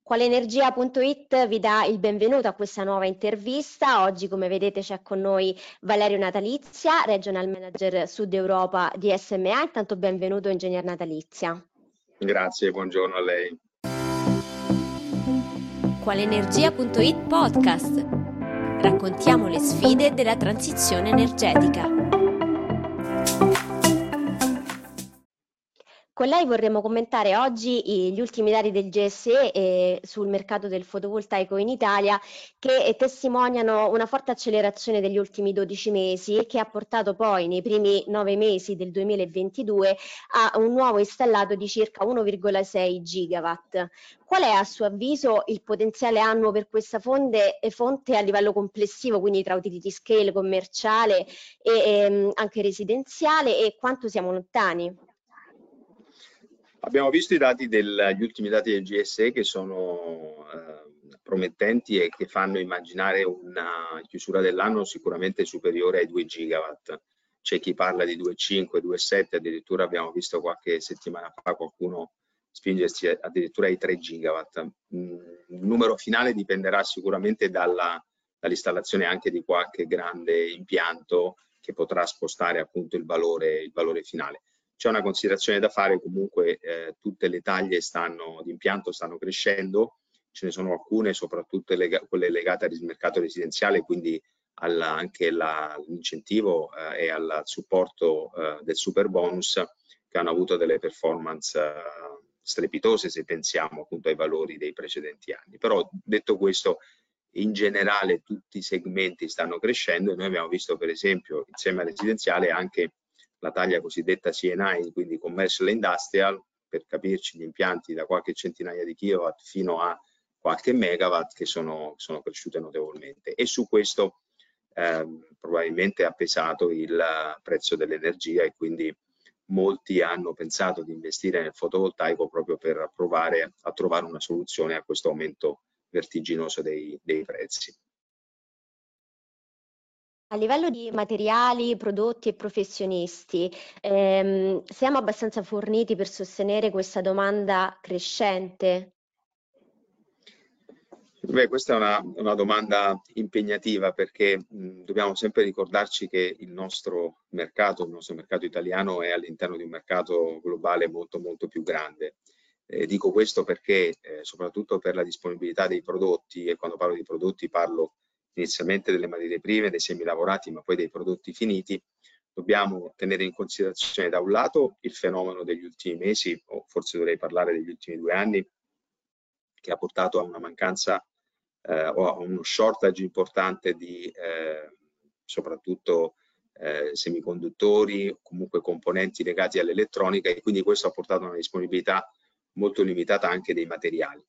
Qualenergia.it vi dà il benvenuto a questa nuova intervista. Oggi, come vedete, c'è con noi Valerio Natalizia, Regional Manager Sud Europa di SMA. Intanto benvenuto, Ingegner Natalizia. Grazie, buongiorno a lei. Qualenergia.it Podcast. Raccontiamo le sfide della transizione energetica. Con lei vorremmo commentare oggi gli ultimi dati del GSE sul mercato del fotovoltaico in Italia, che testimoniano una forte accelerazione degli ultimi 12 mesi e che ha portato poi nei primi 9 mesi del 2022 a un nuovo installato di circa 1,6 gigawatt. Qual è a suo avviso il potenziale annuo per questa fonte a livello complessivo, quindi tra utility scale, commerciale e anche residenziale, e quanto siamo lontani? Abbiamo visto gli ultimi dati del GSE che sono promettenti e che fanno immaginare una chiusura dell'anno sicuramente superiore ai 2 gigawatt. C'è chi parla di 2,5, 2,7, addirittura abbiamo visto qualche settimana fa qualcuno spingersi addirittura ai 3 gigawatt. Il numero finale dipenderà sicuramente dall'installazione anche di qualche grande impianto che potrà spostare appunto il valore finale. C'è una considerazione da fare, comunque tutte le taglie di impianto stanno crescendo, ce ne sono alcune, soprattutto quelle legate al mercato residenziale, quindi anche all'incentivo e al supporto del super bonus, che hanno avuto delle performance strepitose se pensiamo appunto ai valori dei precedenti anni. Però detto questo, in generale tutti i segmenti stanno crescendo e noi abbiamo visto per esempio insieme al residenziale anche la taglia cosiddetta C&I, quindi commercial industrial, per capirci gli impianti da qualche centinaia di kilowatt fino a qualche megawatt che sono cresciute notevolmente, e su questo probabilmente ha pesato il prezzo dell'energia e quindi molti hanno pensato di investire nel fotovoltaico proprio per provare a trovare una soluzione a questo aumento vertiginoso dei prezzi. A livello di materiali, prodotti e professionisti, siamo abbastanza forniti per sostenere questa domanda crescente? Beh, questa è una domanda impegnativa, perché dobbiamo sempre ricordarci che il nostro mercato italiano è all'interno di un mercato globale molto molto più grande. Dico questo perché soprattutto per la disponibilità dei prodotti, e quando parlo di prodotti parlo inizialmente delle materie prime, dei semilavorati, ma poi dei prodotti finiti, dobbiamo tenere in considerazione da un lato il fenomeno degli ultimi mesi, o forse dovrei parlare degli ultimi 2 anni, che ha portato a una mancanza o a uno shortage importante di soprattutto semiconduttori, comunque componenti legati all'elettronica, e quindi questo ha portato a una disponibilità molto limitata anche dei materiali.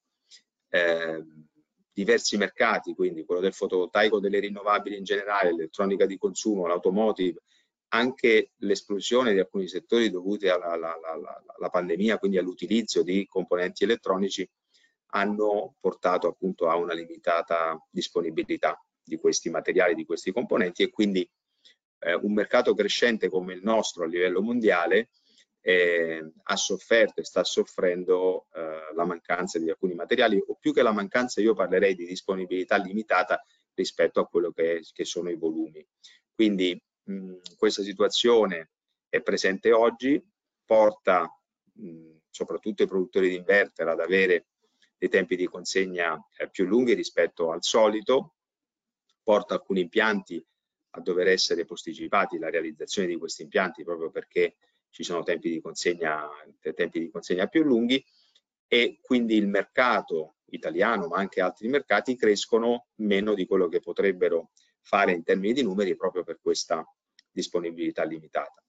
Diversi mercati, quindi quello del fotovoltaico, delle rinnovabili in generale, l'elettronica di consumo, l'automotive, anche l'esplosione di alcuni settori dovuti alla pandemia, quindi all'utilizzo di componenti elettronici, hanno portato appunto a una limitata disponibilità di questi materiali, di questi componenti, e quindi un mercato crescente come il nostro a livello mondiale ha sofferto e sta soffrendo la mancanza di alcuni materiali, o più che la mancanza io parlerei di disponibilità limitata rispetto a quello che sono i volumi. Quindi questa situazione è presente oggi, porta soprattutto i produttori di inverter ad avere dei tempi di consegna più lunghi rispetto al solito, porta alcuni impianti a dover essere posticipati la realizzazione di questi impianti proprio perché ci sono tempi di consegna più lunghi, e quindi il mercato italiano, ma anche altri mercati, crescono meno di quello che potrebbero fare in termini di numeri proprio per questa disponibilità limitata.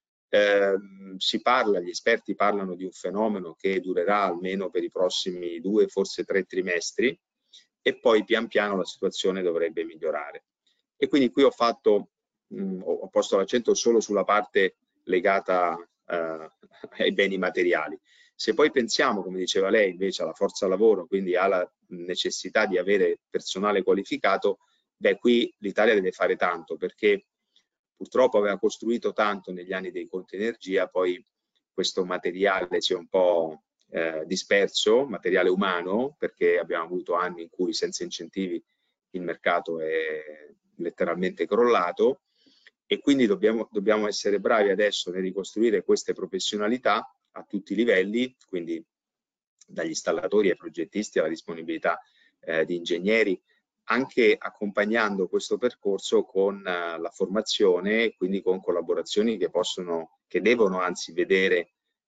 Gli esperti parlano di un fenomeno che durerà almeno per i prossimi 2, forse 3 trimestri, e poi pian piano la situazione dovrebbe migliorare. E quindi qui ho posto l'accento solo sulla parte legata ai beni materiali. Se poi pensiamo, come diceva lei, invece alla forza lavoro, quindi alla necessità di avere personale qualificato, beh, qui l'Italia deve fare tanto, perché purtroppo aveva costruito tanto negli anni dei conti energia, poi questo materiale si è un po' disperso, materiale umano, perché abbiamo avuto anni in cui senza incentivi il mercato è letteralmente crollato, e quindi dobbiamo essere bravi adesso nel ricostruire queste professionalità a tutti i livelli, quindi dagli installatori ai progettisti alla disponibilità di ingegneri, anche accompagnando questo percorso con la formazione, quindi con collaborazioni che devono anzi vedere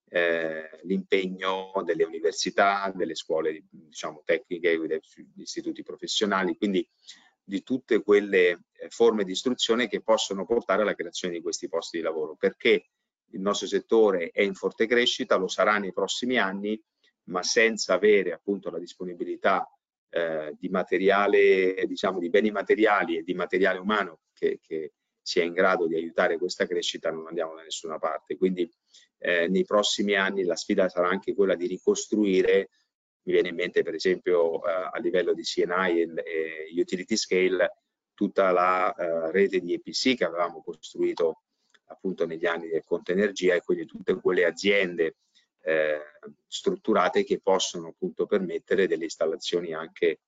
l'impegno delle università, delle scuole, diciamo, tecniche, degli istituti professionali, quindi di tutte quelle forme di istruzione che possono portare alla creazione di questi posti di lavoro, perché il nostro settore è in forte crescita, lo sarà nei prossimi anni, ma senza avere appunto la disponibilità di materiale, diciamo, di beni materiali e di materiale umano che sia in grado di aiutare questa crescita, non andiamo da nessuna parte. Quindi nei prossimi anni la sfida sarà anche quella di ricostruire, mi viene in mente per esempio a livello di C&I e utility scale, tutta la rete di EPC che avevamo costruito appunto negli anni del conto energia, e quindi tutte quelle aziende strutturate che possono appunto permettere delle installazioni anche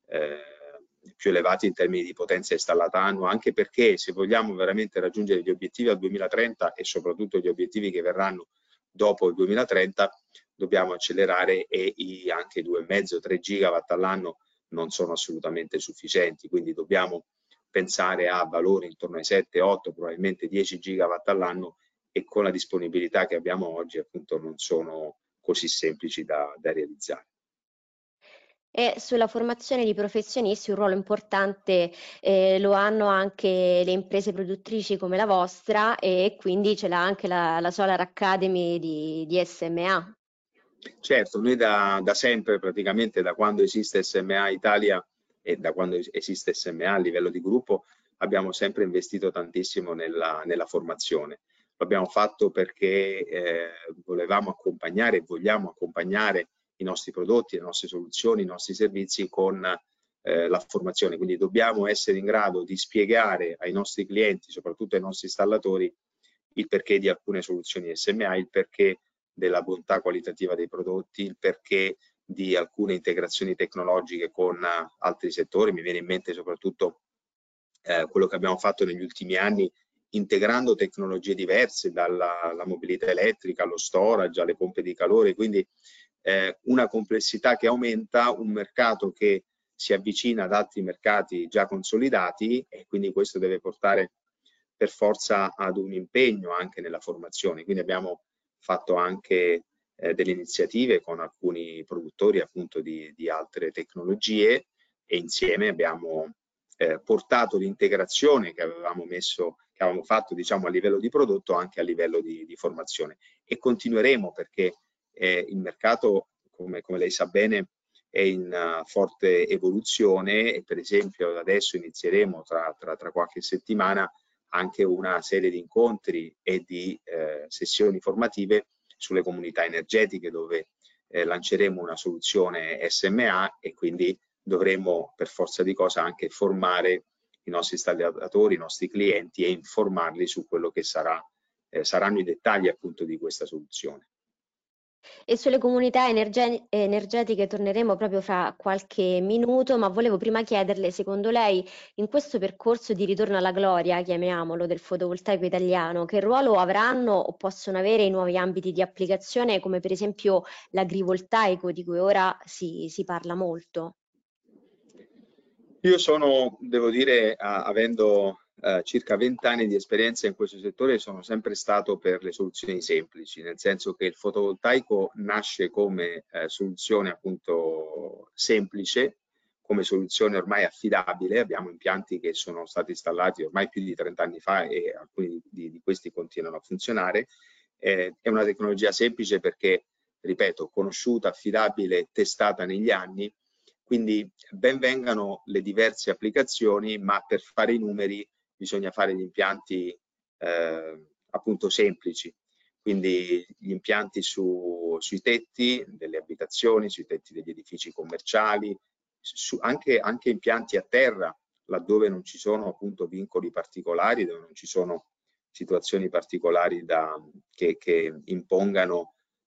più elevate in termini di potenza installata annua, anche perché se vogliamo veramente raggiungere gli obiettivi al 2030 e soprattutto gli obiettivi che verranno dopo il 2030, dobbiamo accelerare, e anche 2,5-3 gigawatt all'anno non sono assolutamente sufficienti, quindi dobbiamo pensare a valori intorno ai 7-8, probabilmente 10 gigawatt all'anno, e con la disponibilità che abbiamo oggi appunto non sono così semplici da realizzare. E sulla formazione di professionisti un ruolo importante lo hanno anche le imprese produttrici come la vostra, e quindi ce l'ha anche la Solar Academy di SMA. Certo, noi da sempre, praticamente da quando esiste SMA Italia e da quando esiste SMA a livello di gruppo, abbiamo sempre investito tantissimo nella formazione. Lo abbiamo fatto perché volevamo accompagnare e vogliamo accompagnare i nostri prodotti, le nostre soluzioni, i nostri servizi con la formazione. Quindi dobbiamo essere in grado di spiegare ai nostri clienti, soprattutto ai nostri installatori, il perché di alcune soluzioni SMA, il perché della bontà qualitativa dei prodotti, il perché di alcune integrazioni tecnologiche con altri settori. Mi viene in mente soprattutto quello che abbiamo fatto negli ultimi anni, integrando tecnologie diverse, dalla mobilità elettrica allo storage, alle pompe di calore, quindi una complessità che aumenta, un mercato che si avvicina ad altri mercati già consolidati, e quindi questo deve portare per forza ad un impegno anche nella formazione. Quindi abbiamo fatto anche delle iniziative con alcuni produttori appunto di altre tecnologie, e insieme abbiamo portato l'integrazione che avevamo fatto, diciamo, a livello di prodotto anche a livello di formazione, e continueremo perché il mercato, come lei sa bene, è in forte evoluzione, e per esempio adesso inizieremo tra qualche settimana anche una serie di incontri e di sessioni formative sulle comunità energetiche, dove lanceremo una soluzione SMA, e quindi dovremo per forza di cosa anche formare i nostri installatori, i nostri clienti, e informarli su quello che saranno i dettagli appunto di questa soluzione. E sulle comunità energetiche torneremo proprio fra qualche minuto, ma volevo prima chiederle, secondo lei, in questo percorso di ritorno alla gloria, chiamiamolo, del fotovoltaico italiano, che ruolo avranno o possono avere i nuovi ambiti di applicazione, come per esempio l'agrivoltaico, di cui ora si parla molto? Io devo dire, avendo circa 20 anni di esperienza in questo settore, sono sempre stato per le soluzioni semplici, nel senso che il fotovoltaico nasce come soluzione appunto semplice, come soluzione ormai affidabile. Abbiamo impianti che sono stati installati ormai più di 30 anni fa, e alcuni di questi continuano a funzionare. È una tecnologia semplice perché, ripeto, conosciuta, affidabile, testata negli anni. Quindi ben vengano le diverse applicazioni, ma per fare i numeri bisogna fare gli impianti appunto semplici. Quindi gli impianti sui tetti delle abitazioni, sui tetti degli edifici commerciali, anche impianti a terra, laddove non ci sono appunto vincoli particolari, dove non ci sono situazioni particolari che impongano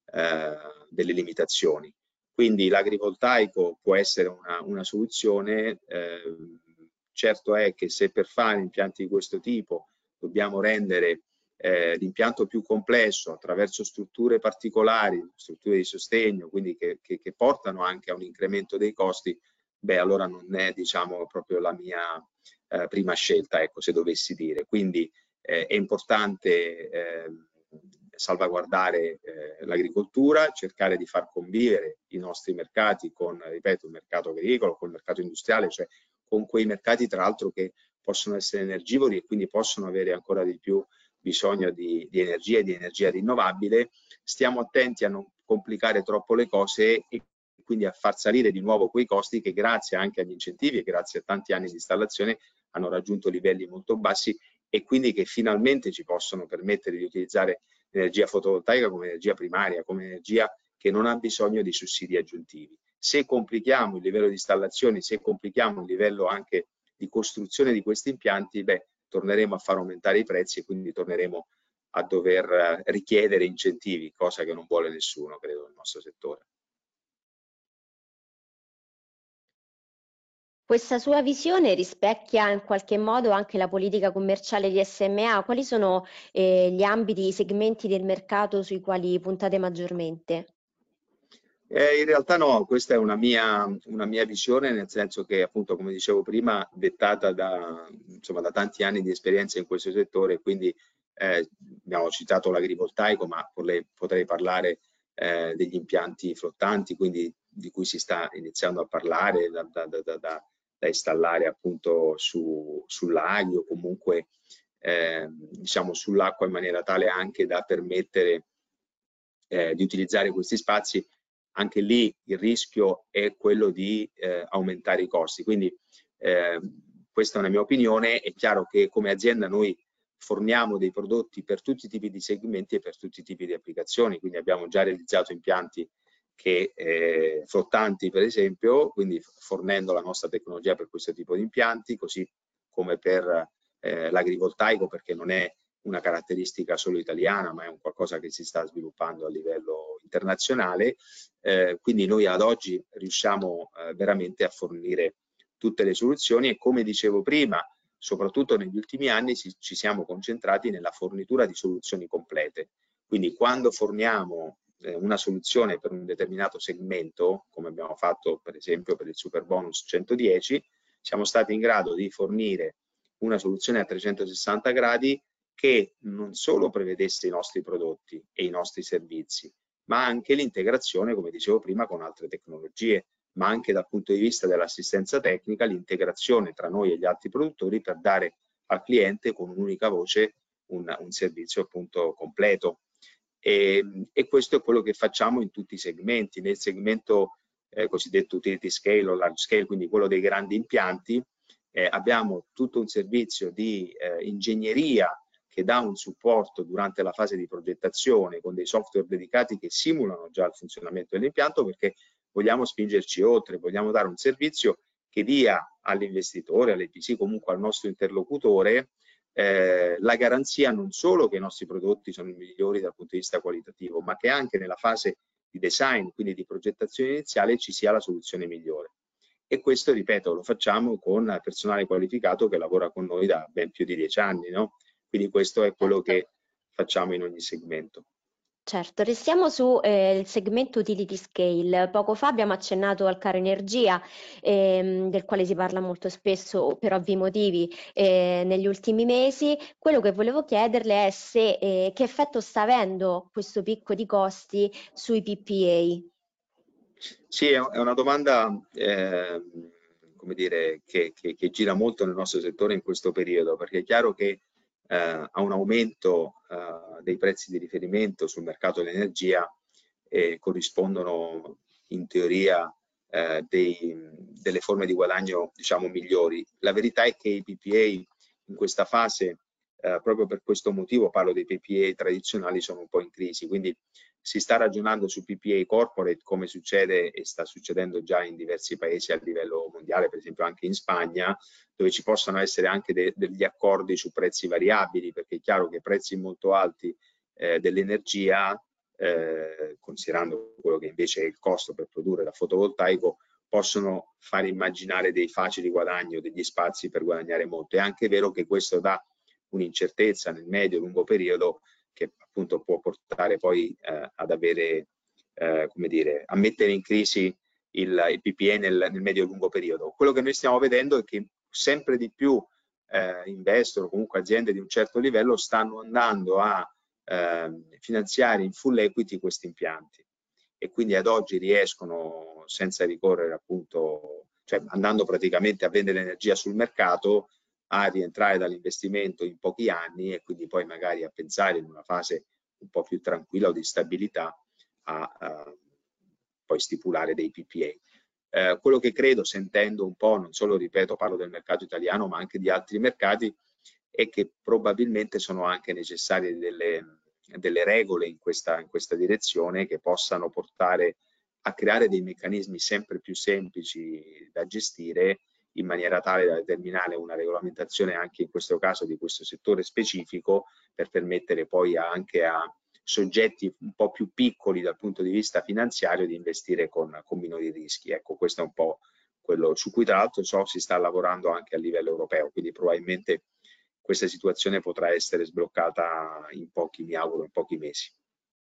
delle limitazioni. Quindi l'agrivoltaico può essere una soluzione. Certo è che se per fare impianti di questo tipo dobbiamo rendere l'impianto più complesso attraverso strutture particolari, strutture di sostegno, quindi che portano anche a un incremento dei costi, beh, allora non è, diciamo, proprio la mia prima scelta, ecco, se dovessi dire. Quindi è importante salvaguardare l'agricoltura, cercare di far convivere i nostri mercati con, ripeto, il mercato agricolo, con il mercato industriale, cioè con quei mercati tra l'altro che possono essere energivori e quindi possono avere ancora di più bisogno di energia e di energia rinnovabile. Stiamo attenti a non complicare troppo le cose e quindi a far salire di nuovo quei costi che grazie anche agli incentivi e grazie a tanti anni di installazione hanno raggiunto livelli molto bassi e quindi che finalmente ci possono permettere di utilizzare l'energia fotovoltaica come energia primaria, come energia che non ha bisogno di sussidi aggiuntivi. Se complichiamo il livello di installazioni, se complichiamo il livello anche di costruzione di questi impianti, beh, torneremo a far aumentare i prezzi e quindi torneremo a dover richiedere incentivi, cosa che non vuole nessuno, credo, nel nostro settore. Questa sua visione rispecchia in qualche modo anche la politica commerciale di SMA? Quali sono gli ambiti, i segmenti del mercato sui quali puntate maggiormente? In realtà no, questa è una mia visione, nel senso che appunto, come dicevo prima, dettata da tanti anni di esperienza in questo settore, quindi abbiamo citato l'agrivoltaico, ma potrei parlare degli impianti flottanti, quindi di cui si sta iniziando a parlare, da installare appunto sul laghi o comunque diciamo sull'acqua in maniera tale anche da permettere di utilizzare questi spazi. Anche lì il rischio è quello di aumentare i costi. Quindi questa è una mia opinione. È chiaro che come azienda noi forniamo dei prodotti per tutti i tipi di segmenti e per tutti i tipi di applicazioni. Quindi abbiamo già realizzato impianti flottanti, per esempio, quindi fornendo la nostra tecnologia per questo tipo di impianti, così come per l'agrivoltaico, perché non è una caratteristica solo italiana, ma è un qualcosa che si sta sviluppando a livello internazionale. Quindi noi ad oggi riusciamo veramente a fornire tutte le soluzioni e, come dicevo prima, soprattutto negli ultimi anni ci siamo concentrati nella fornitura di soluzioni complete. Quindi quando forniamo una soluzione per un determinato segmento, come abbiamo fatto per esempio per il Superbonus 110, siamo stati in grado di fornire una soluzione a 360 gradi che non solo prevedesse i nostri prodotti e i nostri servizi, ma anche l'integrazione, come dicevo prima, con altre tecnologie, ma anche dal punto di vista dell'assistenza tecnica, l'integrazione tra noi e gli altri produttori per dare al cliente con un'unica voce un servizio appunto completo. E questo è quello che facciamo in tutti i segmenti. Nel segmento cosiddetto utility scale o large scale, quindi quello dei grandi impianti, abbiamo tutto un servizio di ingegneria che dà un supporto durante la fase di progettazione con dei software dedicati che simulano già il funzionamento dell'impianto, perché vogliamo spingerci oltre, vogliamo dare un servizio che dia all'investitore, all'EPC, comunque al nostro interlocutore, la garanzia non solo che i nostri prodotti sono i migliori dal punto di vista qualitativo, ma che anche nella fase di design, quindi di progettazione iniziale, ci sia la soluzione migliore. E questo, ripeto, lo facciamo con personale qualificato che lavora con noi da ben più di 10 anni, no? Quindi questo è quello che facciamo in ogni segmento. Certo, restiamo sul segmento utility scale. Poco fa abbiamo accennato al caro energia, del quale si parla molto spesso per ovvi motivi negli ultimi mesi. Quello che volevo chiederle è se che effetto sta avendo questo picco di costi sui PPA. Sì, è una domanda come dire, che gira molto nel nostro settore in questo periodo, perché è chiaro che a un aumento dei prezzi di riferimento sul mercato dell'energia corrispondono in teoria delle forme di guadagno, diciamo, migliori. La verità è che i PPA in questa fase, proprio per questo motivo, parlo dei PPA tradizionali, sono un po' in crisi, quindi si sta ragionando su PPA corporate, come succede e sta succedendo già in diversi paesi a livello mondiale, per esempio anche in Spagna, dove ci possono essere anche degli accordi su prezzi variabili, perché è chiaro che prezzi molto alti dell'energia considerando quello che invece è il costo per produrre da fotovoltaico, possono far immaginare dei facili guadagni o degli spazi per guadagnare molto. È anche vero che questo dà un'incertezza nel medio e lungo periodo che appunto può portare poi ad avere, come dire, a mettere in crisi il PPA nel medio e lungo periodo. Quello che noi stiamo vedendo è che sempre di più investor o comunque aziende di un certo livello stanno andando a finanziare in full equity questi impianti, e quindi ad oggi riescono, senza ricorrere appunto, cioè andando praticamente a vendere energia sul mercato, a rientrare dall'investimento in pochi anni e quindi poi magari a pensare in una fase un po' più tranquilla o di stabilità a poi stipulare dei PPA. Quello che credo, sentendo un po', non solo, ripeto, parlo del mercato italiano ma anche di altri mercati, è che probabilmente sono anche necessarie delle regole in questa direzione che possano portare a creare dei meccanismi sempre più semplici da gestire, in maniera tale da determinare una regolamentazione anche in questo caso di questo settore specifico, per permettere poi anche a soggetti un po' più piccoli dal punto di vista finanziario di investire con minori rischi. Ecco, questo è un po' quello su cui tra l'altro so si sta lavorando anche a livello europeo, quindi probabilmente questa situazione potrà essere sbloccata in pochi, mi auguro, in pochi mesi.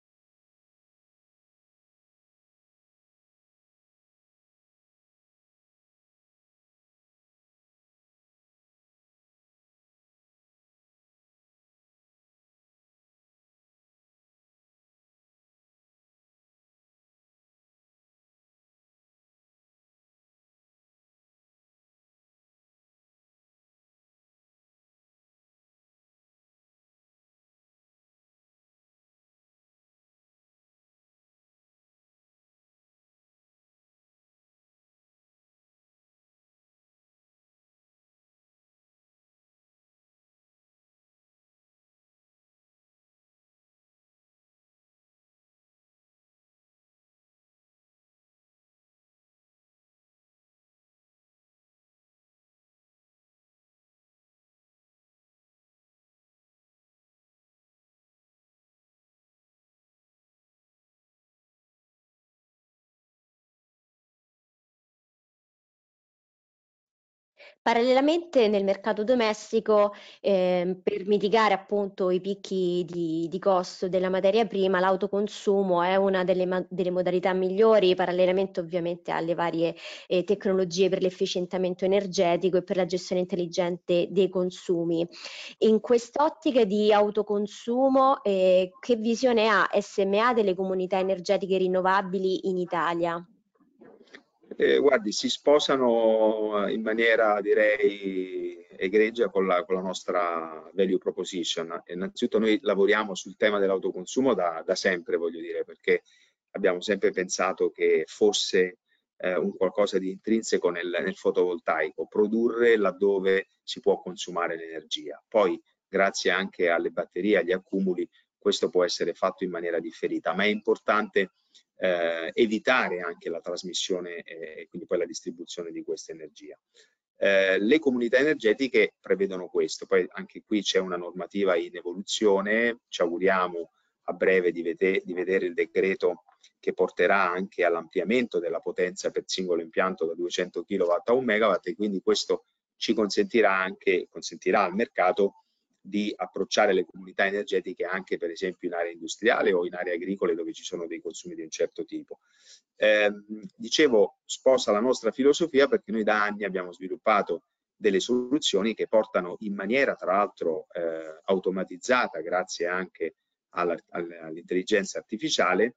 Parallelamente nel mercato domestico, per mitigare appunto i picchi di costo della materia prima, l'autoconsumo è una delle modalità migliori, parallelamente ovviamente alle varie tecnologie per l'efficientamento energetico e per la gestione intelligente dei consumi. In quest'ottica di autoconsumo, che visione ha SMA delle comunità energetiche rinnovabili in Italia? Guardi, si sposano in maniera, direi, egregia con la nostra value proposition. Innanzitutto noi lavoriamo sul tema dell'autoconsumo da sempre, voglio dire, perché abbiamo sempre pensato che fosse un qualcosa di intrinseco nel fotovoltaico, produrre laddove si può consumare l'energia. Poi, grazie anche alle batterie, agli accumuli, questo può essere fatto in maniera differita, ma è importante evitare anche la trasmissione e quindi poi la distribuzione di questa energia. Le comunità energetiche prevedono questo, poi anche qui c'è una normativa in evoluzione, ci auguriamo a breve di vedere il decreto che porterà anche all'ampliamento della potenza per singolo impianto da 200 kW a 1 MW, e quindi questo ci consentirà al mercato di approcciare le comunità energetiche anche per esempio in area industriale o in aree agricole dove ci sono dei consumi di un certo tipo. Dicevo, sposa la nostra filosofia perché noi da anni abbiamo sviluppato delle soluzioni che portano in maniera tra l'altro automatizzata, grazie anche all'intelligenza artificiale,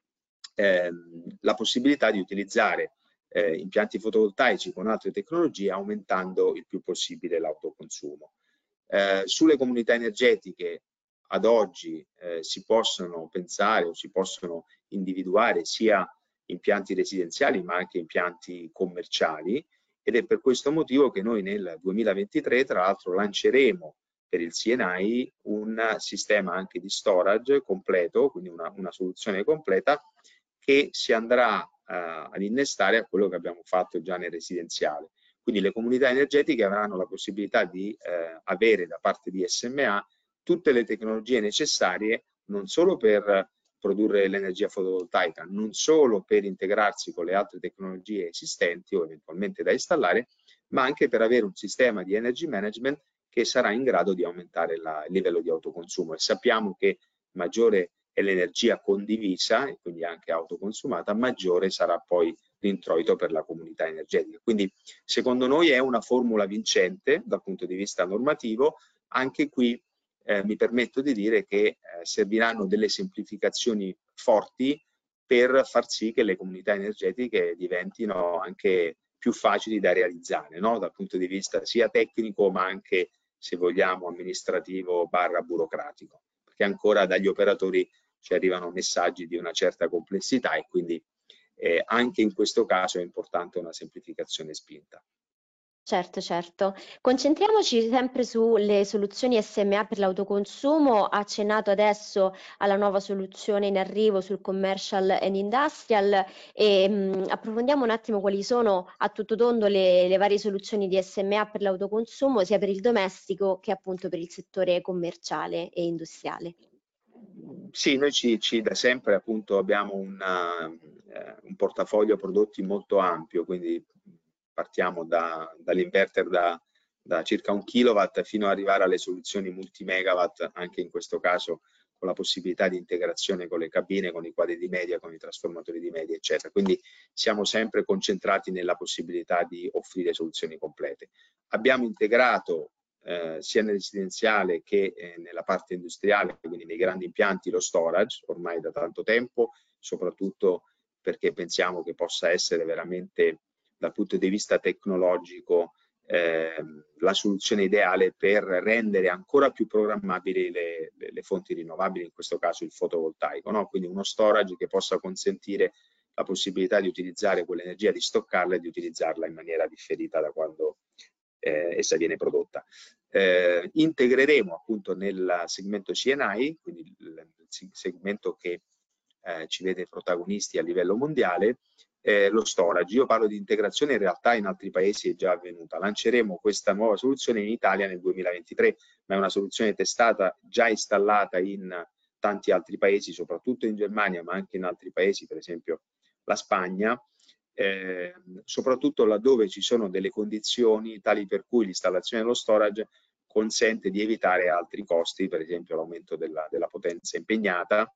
la possibilità di utilizzare impianti fotovoltaici con altre tecnologie, aumentando il più possibile l'autoconsumo. Sulle comunità energetiche ad oggi si possono pensare o si possono individuare sia impianti residenziali ma anche impianti commerciali, ed è per questo motivo che noi nel 2023 tra l'altro lanceremo per il CNI un sistema anche di storage completo, quindi una soluzione completa che si andrà ad innestare a quello che abbiamo fatto già nel residenziale. Quindi le comunità energetiche avranno la possibilità di avere da parte di SMA tutte le tecnologie necessarie non solo per produrre l'energia fotovoltaica, non solo per integrarsi con le altre tecnologie esistenti o eventualmente da installare, ma anche per avere un sistema di energy management che sarà in grado di aumentare il livello di autoconsumo. E sappiamo che maggiore è l'energia condivisa e quindi anche autoconsumata, maggiore sarà poi l'introito per la comunità energetica. Quindi secondo noi è una formula vincente dal punto di vista normativo. Anche qui mi permetto di dire che serviranno delle semplificazioni forti per far sì che le comunità energetiche diventino anche più facili da realizzare, no? Dal punto di vista sia tecnico ma anche, se vogliamo, amministrativo / burocratico, perché ancora dagli operatori ci arrivano messaggi di una certa complessità e quindi anche in questo caso è importante una semplificazione spinta. Certo, certo. Concentriamoci sempre sulle soluzioni SMA per l'autoconsumo. Ha accennato adesso alla nuova soluzione in arrivo sul commercial and industrial e approfondiamo un attimo quali sono a tutto tondo le varie soluzioni di SMA per l'autoconsumo, sia per il domestico che appunto per il settore commerciale e industriale. Sì, noi da sempre appunto abbiamo un portafoglio prodotti molto ampio, quindi partiamo dall'inverter da circa 1 kW fino ad arrivare alle soluzioni multi-megawatt, anche in questo caso con la possibilità di integrazione con le cabine, con i quadri di media, con i trasformatori di media, eccetera. Quindi siamo sempre concentrati nella possibilità di offrire soluzioni complete. Abbiamo integrato sia nel residenziale che nella parte industriale, quindi nei grandi impianti, lo storage ormai da tanto tempo, soprattutto perché pensiamo che possa essere veramente dal punto di vista tecnologico la soluzione ideale per rendere ancora più programmabili le fonti rinnovabili, in questo caso il fotovoltaico, no? Quindi uno storage che possa consentire la possibilità di utilizzare quell'energia, di stoccarla e di utilizzarla in maniera differita da quando essa viene prodotta. Integreremo appunto nel segmento C&I, quindi il segmento che ci vede protagonisti a livello mondiale, lo storage. Io parlo di integrazione, in realtà in altri paesi è già avvenuta. Lanceremo questa nuova soluzione in Italia nel 2023, ma è una soluzione testata, già installata in tanti altri paesi, soprattutto in Germania, ma anche in altri paesi, per esempio la Spagna, soprattutto laddove ci sono delle condizioni tali per cui l'installazione dello storage consente di evitare altri costi, per esempio l'aumento della potenza impegnata,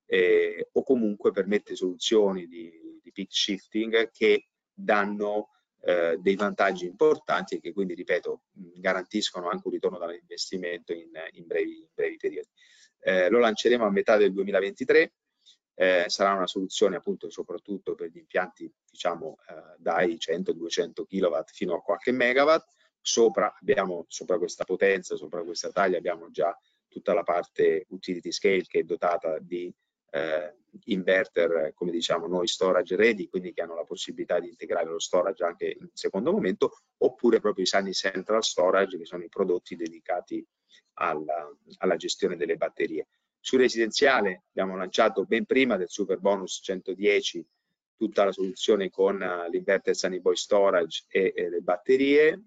o comunque permette soluzioni di peak shifting che danno dei vantaggi importanti e che quindi, ripeto, garantiscono anche un ritorno dall'investimento in brevi periodi. Lo lanceremo a metà del 2023. Sarà una soluzione appunto soprattutto per gli impianti, diciamo, dai 100-200 kW fino a qualche megawatt. Sopra questa potenza, sopra questa taglia, abbiamo già tutta la parte utility scale che è dotata di inverter, come diciamo noi, storage ready, quindi che hanno la possibilità di integrare lo storage anche in secondo momento, oppure proprio i Sunny Central Storage, che sono i prodotti dedicati alla gestione delle batterie. Sul residenziale abbiamo lanciato ben prima del super bonus 110 tutta la soluzione con l'inverter Sunny Boy Storage e le batterie.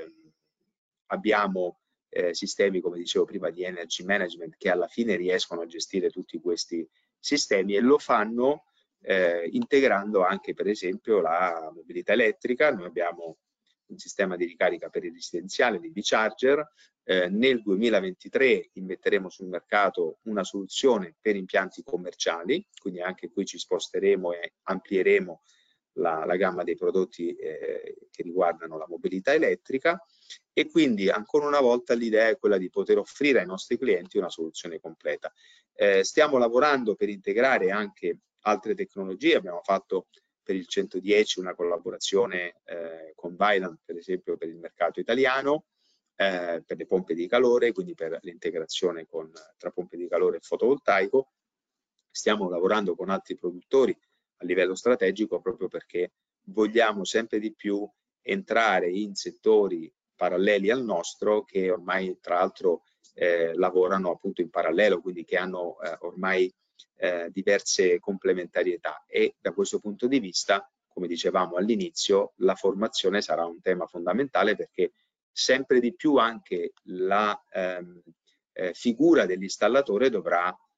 Abbiamo sistemi, come dicevo prima, di energy management che alla fine riescono a gestire tutti questi sistemi e lo fanno integrando anche, per esempio, la mobilità elettrica. Noi abbiamo un sistema di ricarica per il residenziale di B-Charger. Nel 2023 immetteremo sul mercato una soluzione per impianti commerciali, quindi anche qui ci sposteremo e amplieremo la gamma dei prodotti che riguardano la mobilità elettrica, e quindi ancora una volta l'idea è quella di poter offrire ai nostri clienti una soluzione completa. Stiamo lavorando per integrare anche altre tecnologie. Abbiamo fatto per il 110 una collaborazione con Vaillant, per esempio, per il mercato italiano, per le pompe di calore, quindi per l'integrazione tra pompe di calore e fotovoltaico. Stiamo lavorando con altri produttori a livello strategico proprio perché vogliamo sempre di più entrare in settori paralleli al nostro, che ormai tra l'altro lavorano appunto in parallelo, quindi che hanno ormai diverse complementarietà, e da questo punto di vista, come dicevamo all'inizio, la formazione sarà un tema fondamentale, perché sempre di più anche la figura dell'installatore dovrà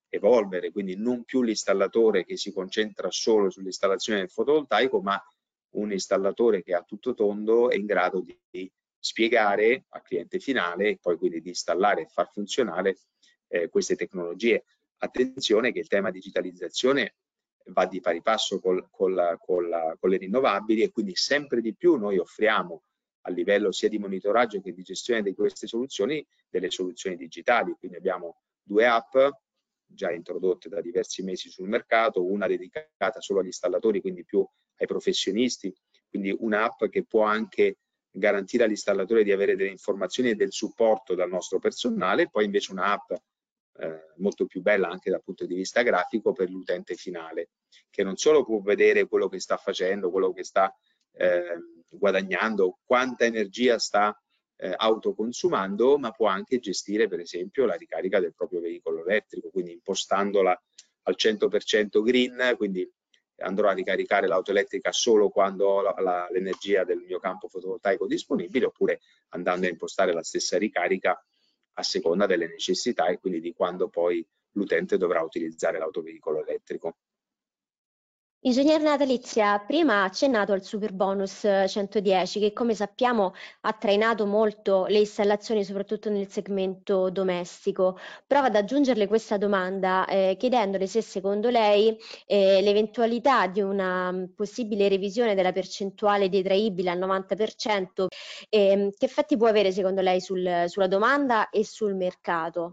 evolvere, quindi non più l'installatore che si concentra solo sull'installazione del fotovoltaico, ma un installatore che a tutto tondo è in grado di spiegare al cliente finale e poi quindi di installare e far funzionare queste tecnologie. Attenzione che il tema digitalizzazione va di pari passo con le rinnovabili, e quindi sempre di più noi offriamo a livello sia di monitoraggio che di gestione di queste soluzioni delle soluzioni digitali. Quindi abbiamo 2 app già introdotte da diversi mesi sul mercato, una dedicata solo agli installatori, quindi più ai professionisti, quindi un'app che può anche garantire all'installatore di avere delle informazioni e del supporto dal nostro personale, poi invece un'app molto più bella anche dal punto di vista grafico per l'utente finale, che non solo può vedere quello che sta facendo, quello che sta guadagnando, quanta energia sta autoconsumando, ma può anche gestire per esempio la ricarica del proprio veicolo elettrico, quindi impostandola al 100% green, quindi andrò a ricaricare l'auto elettrica solo quando ho l'energia del mio campo fotovoltaico disponibile, oppure andando a impostare la stessa ricarica a seconda delle necessità e quindi di quando poi l'utente dovrà utilizzare l'autoveicolo elettrico. Ingegner Natalizia, prima ha accennato al Superbonus 110 che, come sappiamo, ha trainato molto le installazioni soprattutto nel segmento domestico. Provo ad aggiungerle questa domanda chiedendole se secondo lei l'eventualità di una possibile revisione della percentuale detraibile al 90% che effetti può avere secondo lei sulla domanda e sul mercato?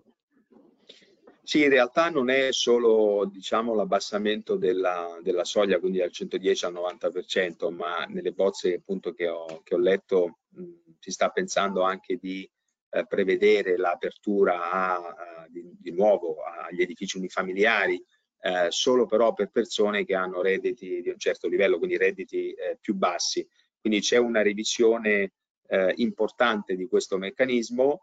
Sì, in realtà non è solo, diciamo, l'abbassamento della soglia, quindi dal 110 al 90%, ma nelle bozze appunto che ho letto si sta pensando anche di prevedere l'apertura di nuovo agli edifici unifamiliari, solo però per persone che hanno redditi di un certo livello, quindi redditi più bassi. Quindi c'è una revisione importante di questo meccanismo.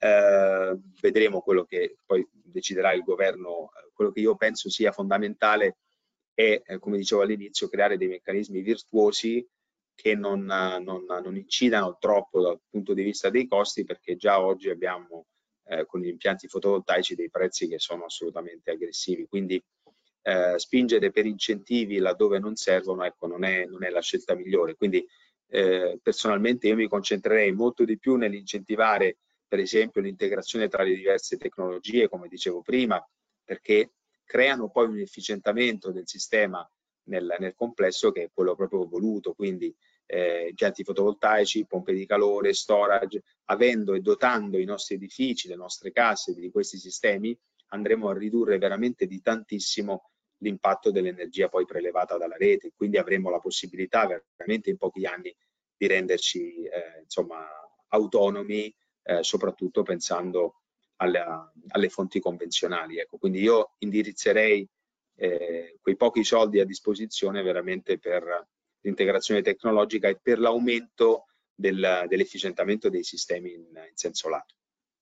Vedremo quello che poi deciderà il governo. Quello che io penso sia fondamentale è, come dicevo all'inizio, creare dei meccanismi virtuosi che non incidano troppo dal punto di vista dei costi, perché già oggi abbiamo con gli impianti fotovoltaici dei prezzi che sono assolutamente aggressivi, quindi spingere per incentivi laddove non servono, ecco, non è la scelta migliore. Quindi personalmente io mi concentrerei molto di più nell'incentivare per esempio l'integrazione tra le diverse tecnologie, come dicevo prima, perché creano poi un efficientamento del sistema nel complesso, che è quello proprio voluto, quindi impianti fotovoltaici, pompe di calore, storage. Avendo e dotando i nostri edifici, le nostre case di questi sistemi, andremo a ridurre veramente di tantissimo l'impatto dell'energia poi prelevata dalla rete, quindi avremo la possibilità veramente in pochi anni di renderci insomma autonomi, soprattutto pensando alle fonti convenzionali. Ecco, quindi io indirizzerei quei pochi soldi a disposizione veramente per l'integrazione tecnologica e per l'aumento dell'efficientamento dei sistemi in senso lato.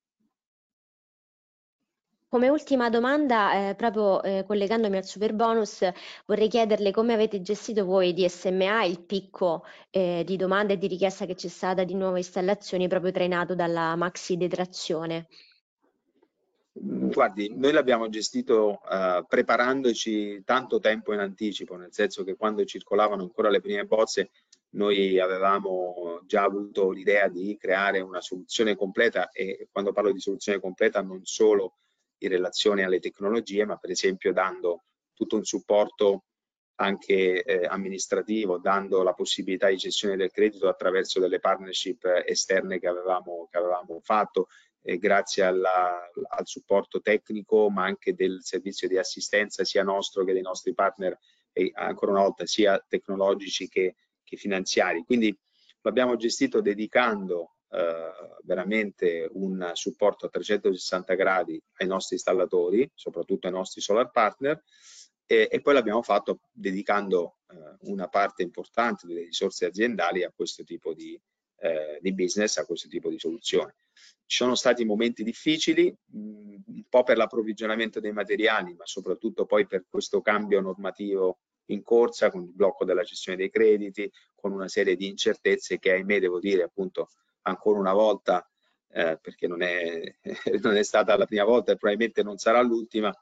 Come ultima domanda, proprio collegandomi al Superbonus, vorrei chiederle come avete gestito voi di SMA il picco di domanda e di richiesta che c'è stata di nuove installazioni proprio trainato dalla maxi detrazione. Guardi, noi l'abbiamo gestito preparandoci tanto tempo in anticipo, nel senso che quando circolavano ancora le prime bozze noi avevamo già avuto l'idea di creare una soluzione completa, e quando parlo di soluzione completa non solo in relazione alle tecnologie, ma per esempio dando tutto un supporto anche amministrativo, dando la possibilità di gestione del credito attraverso delle partnership esterne che avevamo fatto, grazie al supporto tecnico, ma anche del servizio di assistenza sia nostro che dei nostri partner, e ancora una volta sia tecnologici che finanziari. Quindi l'abbiamo gestito dedicando veramente un supporto a 360 gradi ai nostri installatori, soprattutto ai nostri solar partner, e poi l'abbiamo fatto dedicando una parte importante delle risorse aziendali a questo tipo di business, a questo tipo di soluzione. Ci sono stati momenti difficili, un po' per l'approvvigionamento dei materiali, ma soprattutto poi per questo cambio normativo in corsa, con il blocco della gestione dei crediti, con una serie di incertezze che, ahimè, devo dire appunto ancora una volta, perché non è stata la prima volta e probabilmente non sarà l'ultima,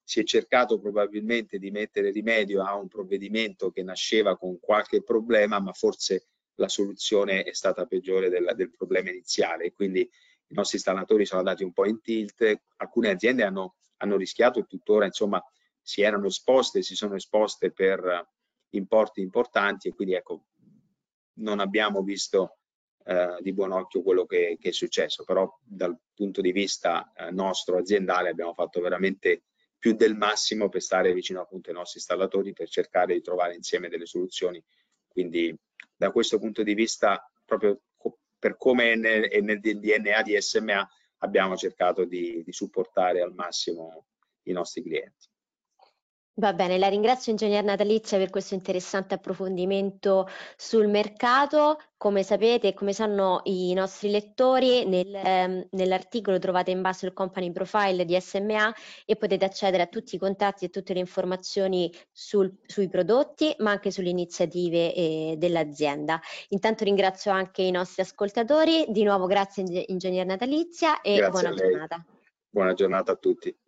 si è cercato probabilmente di mettere rimedio a un provvedimento che nasceva con qualche problema, ma forse la soluzione è stata peggiore del problema iniziale. Quindi i nostri installatori sono andati un po' in tilt, alcune aziende hanno rischiato e tuttora insomma si sono esposte per importi importanti, e quindi ecco, non abbiamo visto di buon occhio quello che è successo, però dal punto di vista nostro aziendale abbiamo fatto veramente più del massimo per stare vicino appunto ai nostri installatori, per cercare di trovare insieme delle soluzioni. Quindi da questo punto di vista, proprio per come è nel DNA di SMA, abbiamo cercato di supportare al massimo i nostri clienti. Va bene, la ringrazio Ingegner Natalizia per questo interessante approfondimento sul mercato. Come sapete e come sanno i nostri lettori, nell'articolo trovate in basso il company profile di SMA e potete accedere a tutti i contatti e tutte le informazioni sui prodotti, ma anche sulle iniziative dell'azienda. Intanto ringrazio anche i nostri ascoltatori. Di nuovo grazie Ingegner Natalizia e Grazie buona a lei. giornata. Buona giornata a tutti.